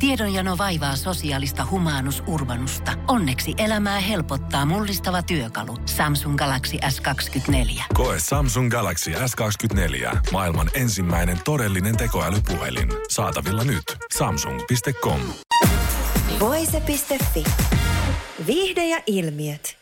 Tiedonjano vaivaa sosiaalista humanus urbanusta. Onneksi elämää helpottaa mullistava työkalu. Samsung Galaxy S24. Koe Samsung Galaxy S24. Maailman ensimmäinen todellinen tekoälypuhelin. Saatavilla nyt. Samsung.com. Voise.fi. Viihde ja ilmiöt.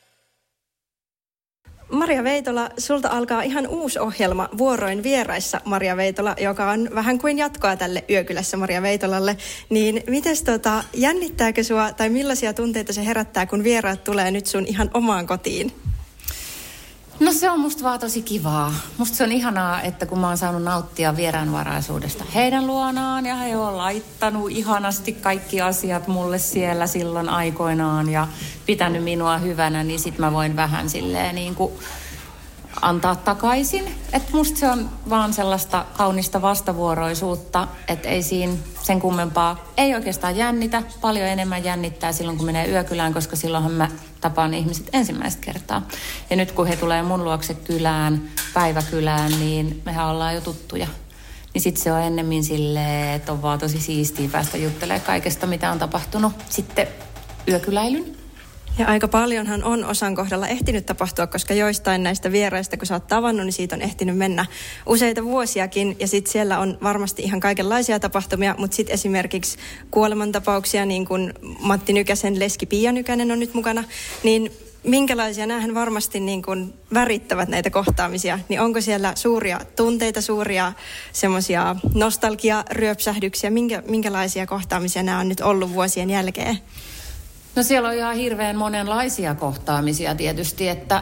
Maria Veitola, sulta alkaa ihan uusi ohjelma Vuoroin vieraissa Maria Veitola, joka on vähän kuin jatkoa tälle Yökylässä Maria Veitolalle. Niin mites jännittääkö sua tai millaisia tunteita se herättää, kun vieraat tulee nyt sun ihan omaan kotiin? No se on musta vaan tosi kivaa. Musta se on ihanaa, että kun mä oon saanut nauttia vieraanvaraisuudesta heidän luonaan ja he on laittanut ihanasti kaikki asiat mulle siellä silloin aikoinaan ja pitänyt minua hyvänä, niin sit mä voin vähän silleen niin kuin antaa takaisin. Että musta se on vaan sellaista kaunista vastavuoroisuutta, että ei siinä sen kummempaa. Ei oikeastaan jännitä, paljon enemmän jännittää silloin kun menee yökylään, koska silloinhan mä tapaan ihmiset ensimmäistä kertaa. Ja nyt kun he tulee mun luokse kylään, päiväkylään, niin mehän ollaan jo tuttuja. Niin sit se on ennemmin silleen, että on vaan tosi siistiä päästä juttelemaan kaikesta, mitä on tapahtunut sitten yökyläilyn. Ja aika paljonhan on osan kohdalla ehtinyt tapahtua, koska joistain näistä vieraista, kun sä oot tavannut, niin siitä on ehtinyt mennä useita vuosiakin. Ja sitten siellä on varmasti ihan kaikenlaisia tapahtumia, mutta sitten esimerkiksi kuolemantapauksia, niin kuin Matti Nykäsen leski Pia Nykänen on nyt mukana, niin minkälaisia näähän varmasti niin kuin värittävät näitä kohtaamisia, niin onko siellä suuria tunteita, suuria semmoisia nostalgiaryöpsähdyksiä, minkälaisia kohtaamisia nämä on nyt ollut vuosien jälkeen? No siellä on ihan hirveän monenlaisia kohtaamisia tietysti, että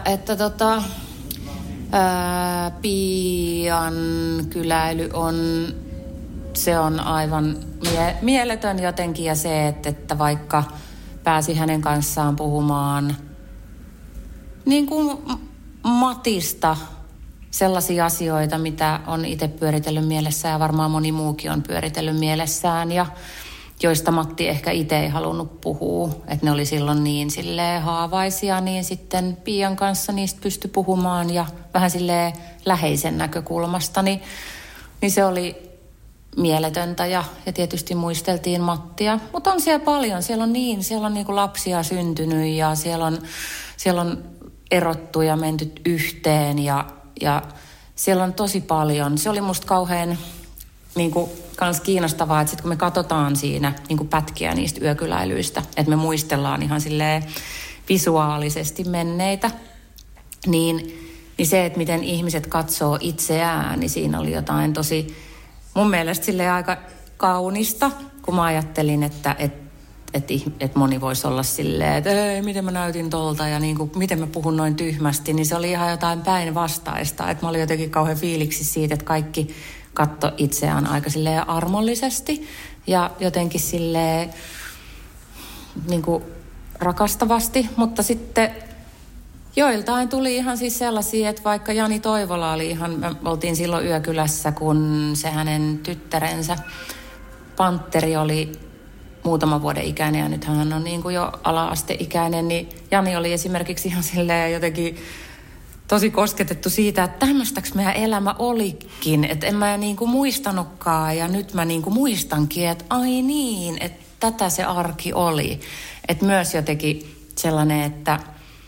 Pian kyläily se on aivan mieletön jotenkin ja se, että vaikka pääsi hänen kanssaan puhumaan niin kuin Matista sellaisia asioita, mitä on itse pyöritellyt mielessään ja varmaan moni muukin on pyöritellyt mielessään ja joista Matti ehkä itse ei halunnut puhua, että ne oli silloin niin silleen haavaisia, niin sitten Pian kanssa niistä pystyi puhumaan ja vähän silleen läheisen näkökulmasta, niin se oli mieletöntä ja tietysti muisteltiin Mattia. Mutta on siellä paljon, siellä on niinku lapsia syntynyt ja siellä on erottu ja menty yhteen ja siellä on tosi paljon. Se oli musta kauhean niinku kans kiinnostavaa, että sit kun me katsotaan siinä niinku pätkiä niistä yökyläilyistä, että me muistellaan ihan silleen visuaalisesti menneitä, niin se, että miten ihmiset katsoo itseään, niin siinä oli jotain tosi mun mielestä silleen aika kaunista, kun mä ajattelin, että moni voisi olla silleen, että ei, miten mä näytin tolta ja niin kuin, miten mä puhun noin tyhmästi, niin se oli ihan jotain päinvastaista, että mä olin jotenkin kauhean fiiliksi siitä, että kaikki katso itseään aika silleen armollisesti ja jotenkin silleen niin kuin rakastavasti, mutta sitten joiltain tuli ihan siis sellaisia, että vaikka Jani Toivola oli me oltiin silloin yökylässä, kun se hänen tyttärensä Pantteri oli muutaman vuoden ikäinen ja nyt hän on niin kuin jo ala-asteikäinen, niin Jani oli esimerkiksi ihan silleen jotenkin tosi kosketettu siitä, että tämmöistäks meidän elämä olikin, että en mä niinku muistanutkaan ja nyt mä niinku muistankin, että ai niin, että tätä se arki oli. Että myös jotenkin sellainen, että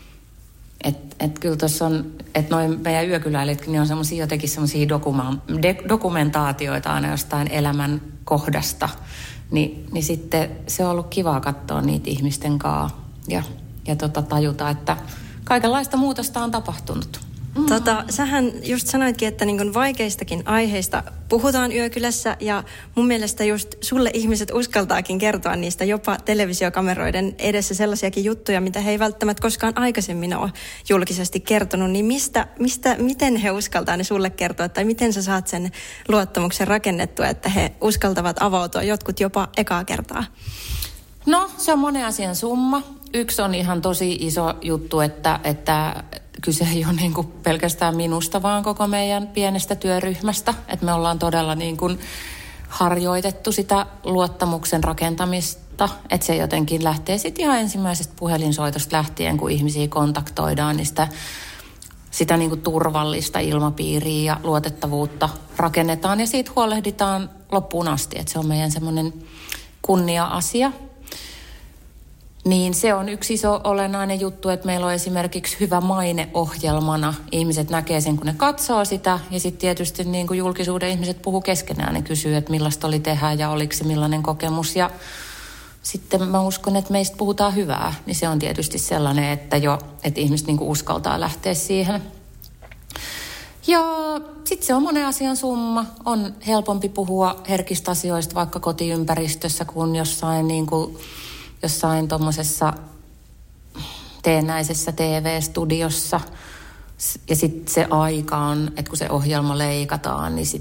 kyllä tuossa on, että noin meidän yökyläilijätkin niin on semmoisia jotenkin semmoisia dokumentaatioita aina jostain elämän kohdasta, niin sitten se on ollut kivaa katsoa niitä ihmisten kanssa ja tajuta, että kaikenlaista muutosta on tapahtunut. Sähän just sanoitkin, että niin vaikeistakin aiheista puhutaan yökylässä ja mun mielestä just sulle ihmiset uskaltaakin kertoa niistä jopa televisiokameroiden edessä sellaisiakin juttuja, mitä he ei välttämättä koskaan aikaisemmin ole julkisesti kertonut. Niin miten he uskaltaa ne sulle kertoa tai miten sä saat sen luottamuksen rakennettua, että he uskaltavat avautua jotkut jopa ekaa kertaa? No, se on monen asian summa. Yksi on ihan tosi iso juttu, että kyse ei ole niin kuin pelkästään minusta, vaan koko meidän pienestä työryhmästä. Että me ollaan todella niin kuin harjoitettu sitä luottamuksen rakentamista. Että se jotenkin lähtee sitten ihan ensimmäisestä puhelinsoitosta lähtien, kun ihmisiä kontaktoidaan, niin sitä niin kuin turvallista ilmapiiriä ja luotettavuutta rakennetaan. Ja siitä huolehditaan loppuun asti, että se on meidän semmoinen kunnia-asia. Niin se on yksi iso olennainen juttu, että meillä on esimerkiksi hyvä maine ohjelmana. Ihmiset näkee sen, kun ne katsoo sitä. Ja sitten tietysti niin kuin julkisuuden ihmiset puhuu keskenään. Ne kysyy, että millaista oli tehdä ja oliko se millainen kokemus. Ja sitten mä uskon, että meistä puhutaan hyvää. Niin se on tietysti sellainen, että ihmiset niin kuin uskaltaa lähteä siihen. Ja sitten se on monen asian summa. On helpompi puhua herkistä asioista vaikka kotiympäristössä kuin jossain tuommoisessa teennäisessä TV-studiossa. Ja sitten se aika on, että kun se ohjelma leikataan, niin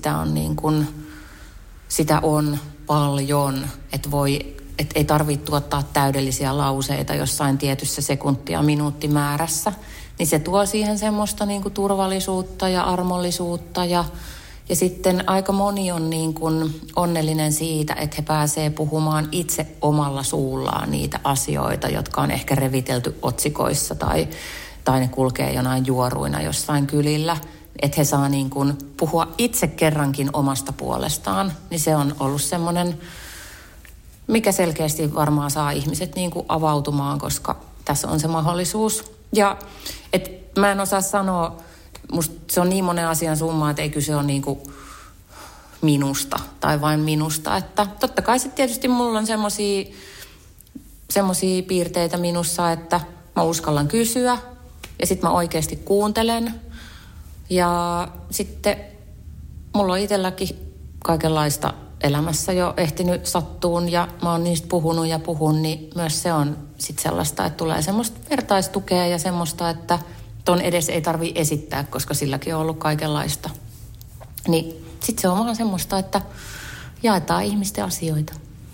sitä on paljon. Että ei tarvitse tuottaa täydellisiä lauseita jossain tietyssä sekuntia minuuttimäärässä. Niin se tuo siihen semmoista niin kuin turvallisuutta ja armollisuutta ja sitten aika moni on niin kuin onnellinen siitä, että he pääsee puhumaan itse omalla suullaan niitä asioita, jotka on ehkä revitelty otsikoissa tai ne kulkee jonain juoruina jossain kylillä. Että he saa niin kuin puhua itse kerrankin omasta puolestaan. Niin se on ollut semmoinen, mikä selkeästi varmaan saa ihmiset niin kuin avautumaan, koska tässä on se mahdollisuus. Ja mä en osaa sanoa, musta se on niin monen asian summa, että ei kyse ole niin kuin minusta tai vain minusta. Että totta kai sitten tietysti mulla on semmosia piirteitä minussa, että mä uskallan kysyä ja sitten mä oikeasti kuuntelen. Ja sitten mulla on itselläkin kaikenlaista elämässä jo ehtinyt sattuun ja mä oon niistä puhun, niin myös se on sitten sellaista, että tulee semmoista vertaistukea ja semmoista, että ton edes ei tarvitse esittää, koska silläkin on ollut kaikenlaista. Niin sitten se on vaan semmoista, että jaetaan ihmisten asioita.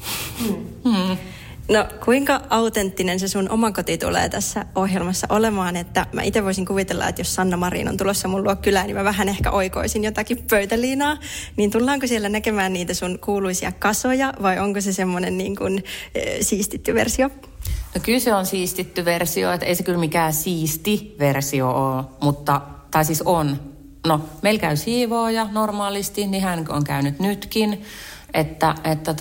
No kuinka autenttinen se sun oma koti tulee tässä ohjelmassa olemaan, että mä itse voisin kuvitella, että jos Sanna Marin on tulossa mun luo kylään, niin mä vähän ehkä oikoisin jotakin pöytäliinaa, niin tullaanko siellä näkemään niitä sun kuuluisia kasoja vai onko se semmoinen niin kuin siistitty versio? No kyllä se on siistitty versio, että ei se kyllä mikään siisti versio ole, tai siis on. No meillä käy siivooja normaalisti, niin hän on käynyt nytkin, että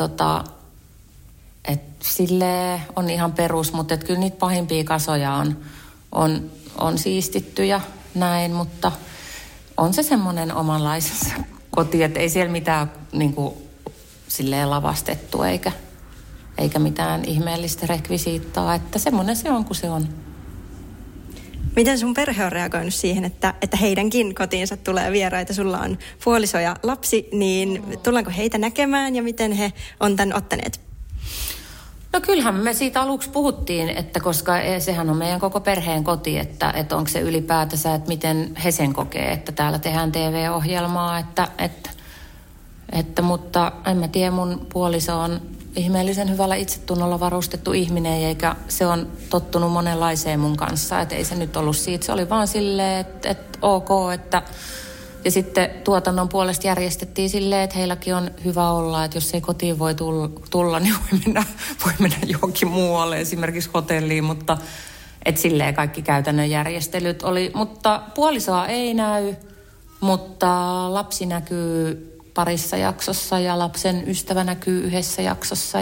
sille on ihan perus, mutta kyllä niitä pahimpia kasoja on siistitty ja näin, mutta on se semmoinen omanlaisensa koti, että ei siellä mitään niin kuin, silleen lavastettu eikä mitään ihmeellistä rekvisiittaa, että semmoinen se on kuin se on. Miten sun perhe on reagoinut siihen, että heidänkin kotiinsa tulee vieraita? Sulla on puoliso ja lapsi, niin tullaanko heitä näkemään ja miten he on tämän ottaneet? No kyllähän me siitä aluksi puhuttiin, että koska sehän on meidän koko perheen koti, että onko se ylipäätänsä, että miten he sen kokee, että täällä tehdään TV-ohjelmaa, mutta en mä tiedä, mun puoliso on ihmeellisen hyvällä itsetunnolla varustettu ihminen, eikä se on tottunut monenlaiseen mun kanssa, että ei se nyt ollut siitä, se oli vaan silleen, että ok, että ja sitten tuotannon puolesta järjestettiin silleen, että heilläkin on hyvä olla, että jos ei kotiin voi tulla, niin voi mennä johonkin muualle, esimerkiksi hotelliin, mutta että silleen kaikki käytännön järjestelyt oli. Mutta puolisoa ei näy, mutta lapsi näkyy parissa jaksossa ja lapsen ystävä näkyy yhdessä jaksossa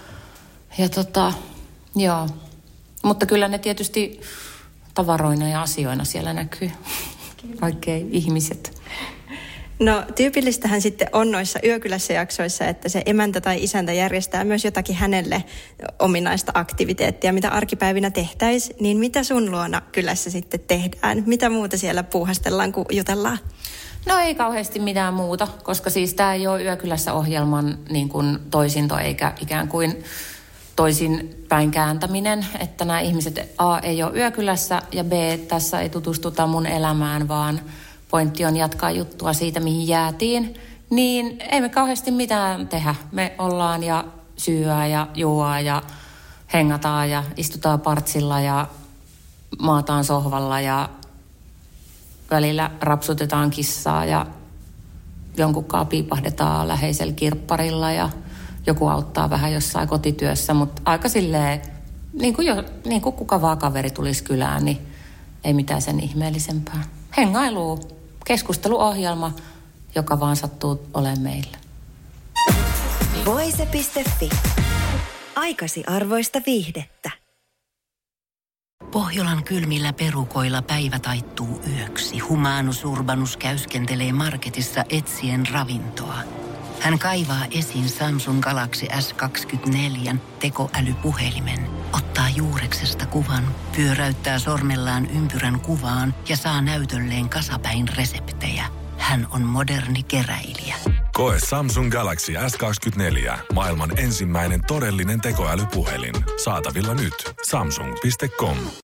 joo. Mutta kyllä ne tietysti tavaroina ja asioina siellä näkyy, vaikka ei ihmiset. No tyypillistähän sitten on noissa Yökylässä jaksoissa, että se emäntä tai isäntä järjestää myös jotakin hänelle ominaista aktiviteettia, mitä arkipäivinä tehtäisiin. Niin mitä sun luona kylässä sitten tehdään? Mitä muuta siellä puuhastellaan, kun jutellaan? No ei kauheasti mitään muuta, koska siis tämä ei ole Yökylässä ohjelman niin kuin toisinto eikä ikään kuin toisin päin kääntäminen, että nämä ihmiset A ei ole Yökylässä ja B tässä ei tutustuta mun elämään, vaan pointti on jatkaa juttua siitä, mihin jäätiin. Niin ei me kauheasti mitään tehdä. Me ollaan ja syyää ja juoa ja hengataan ja istutaan partsilla ja maataan sohvalla ja välillä rapsutetaan kissaa ja jonkunkaan piipahdetaan läheisellä kirpparilla ja joku auttaa vähän jossain kotityössä, mutta aika silleen, niin kuin kuka vaan kaveri tulisi kylään, niin ei mitään sen ihmeellisempää. Hengailu, keskusteluohjelma, joka vaan sattuu olemaan meillä. Voise.fi. aikasi arvoista viihdettä. Pohjolan kylmillä perukoilla päivä taittuu yöksi. Humanus Urbanus käyskentelee marketissa etsien ravintoa. Hän kaivaa esiin Samsung Galaxy S24 tekoälypuhelimen, ottaa juureksesta kuvan, pyöräyttää sormellaan ympyrän kuvaan ja saa näytölleen kasapäin reseptejä. Hän on moderni keräilijä. Koe Samsung Galaxy S24. Maailman ensimmäinen todellinen tekoälypuhelin. Saatavilla nyt. Samsung.com.